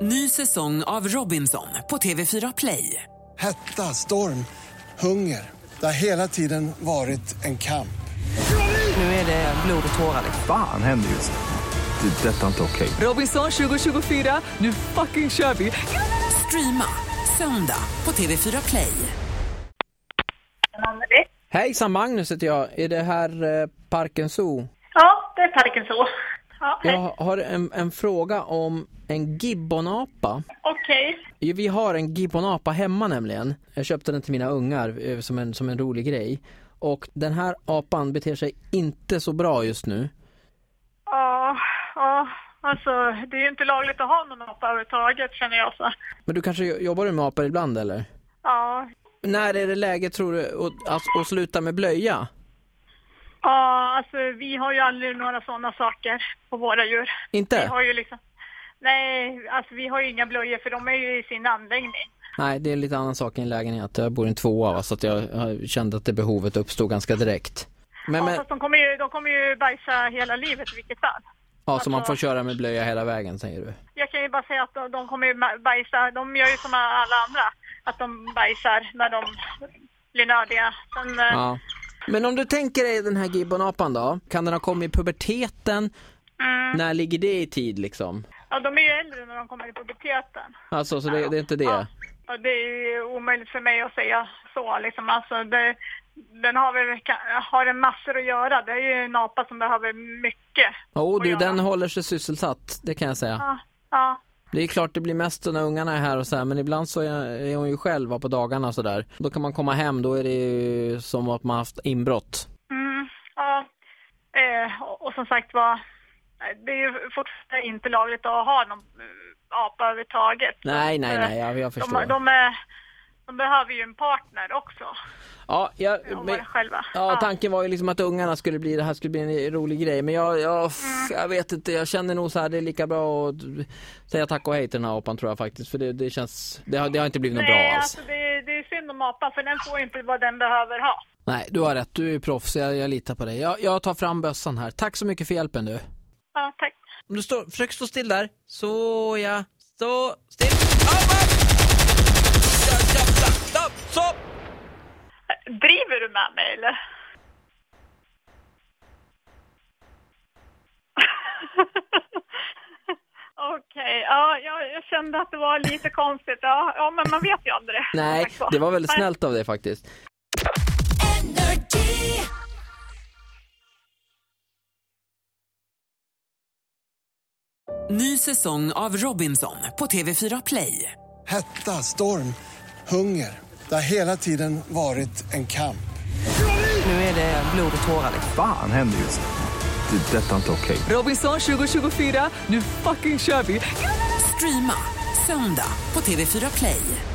Ny säsong av Robinson på TV4 Play. Hetta, storm, hunger. Det har hela tiden varit en kamp. Nu är det blod och tårar. Fan händer just det. Det är detta inte okej. Robinson 2024, nu fucking kör vi. Streama söndag på TV4 Play. Hejsan, Magnus heter jag. Är det här Parken Zoo? Ja, det är Parken Zoo. Ja, jag har en fråga om en gibbonapa. Okej. Vi har en gibbonapa hemma nämligen. Jag köpte den till mina ungar som en rolig grej. Och den här apan beter sig inte så bra just nu. Ja, alltså det är ju inte lagligt att ha någon apa överhuvudtaget, känner jag så. Men du kanske jobbar med apor ibland eller? Ja. När är det läge tror du att sluta med blöja? Ja, alltså vi har ju aldrig några sådana saker på våra djur. Inte? Vi har ju liksom... Nej, alltså vi har ju inga blöjor för de är ju i sin anläggning. Nej, det är en lite annan sak i en lägenhet. Jag bor i en 2 så att jag kände att det behovet uppstod ganska direkt. Men fast de kommer ju bajsa hela livet i vilket fall. Ja, så man får köra med blöja hela vägen, säger du? Jag kan ju bara säga att de kommer ju bajsa. De gör ju som alla andra. Att de bajsar när de blir nördiga. Ja. Men om du tänker dig den här gibbonapan då, kan den ha kommit i puberteten? När ligger det i tid liksom? Ja, de är ju äldre när de kommer i puberteten. Alltså, så det är inte det? Ja, det är ju omöjligt för mig att säga så liksom. Alltså, den har en massor att göra. Det är ju en apa som behöver mycket. Den håller sig sysselsatt, det kan jag säga. Ja. Det är klart det blir mest när ungarna är här och så här, men ibland så är hon ju själv på dagarna och så där. Då kan man komma hem, då är det ju som att man haft inbrott. Ja, och som sagt det är ju fortfarande inte lagligt att ha någon apa överhuvudtaget. Nej, jag förstår. De behöver ju en partner också. Ja, själva. Ja, tanken var ju liksom att ungarna skulle bli en rolig grej. Men jag vet inte, jag känner nog så här, det är lika bra att säga tack och hej till den här apan, tror jag faktiskt. För det känns, det har inte blivit något bra alls. Alltså det är synd om apan, för den får inte vad den behöver ha. Nej, du har rätt, du är proffs, jag litar på dig. Jag tar fram bössan här. Tack så mycket för hjälpen du. Ja, tack. Om du försök stå still där. Så, ja. Stå still. Så. Driver du med mig, eller? Okej, ja, jag kände att det var lite konstigt. Ja, men man vet ju aldrig. Nej, det var väldigt snällt av dig faktiskt. Ny säsong av Robinson på TV4 Play. Hetta, storm, hunger. Det har hela tiden varit en kamp. Nu är det blod och tårar. Fan händer just det. Det är detta inte okej. Robinson 2024, nu fucking kör vi. Streama söndag på TV4 Play.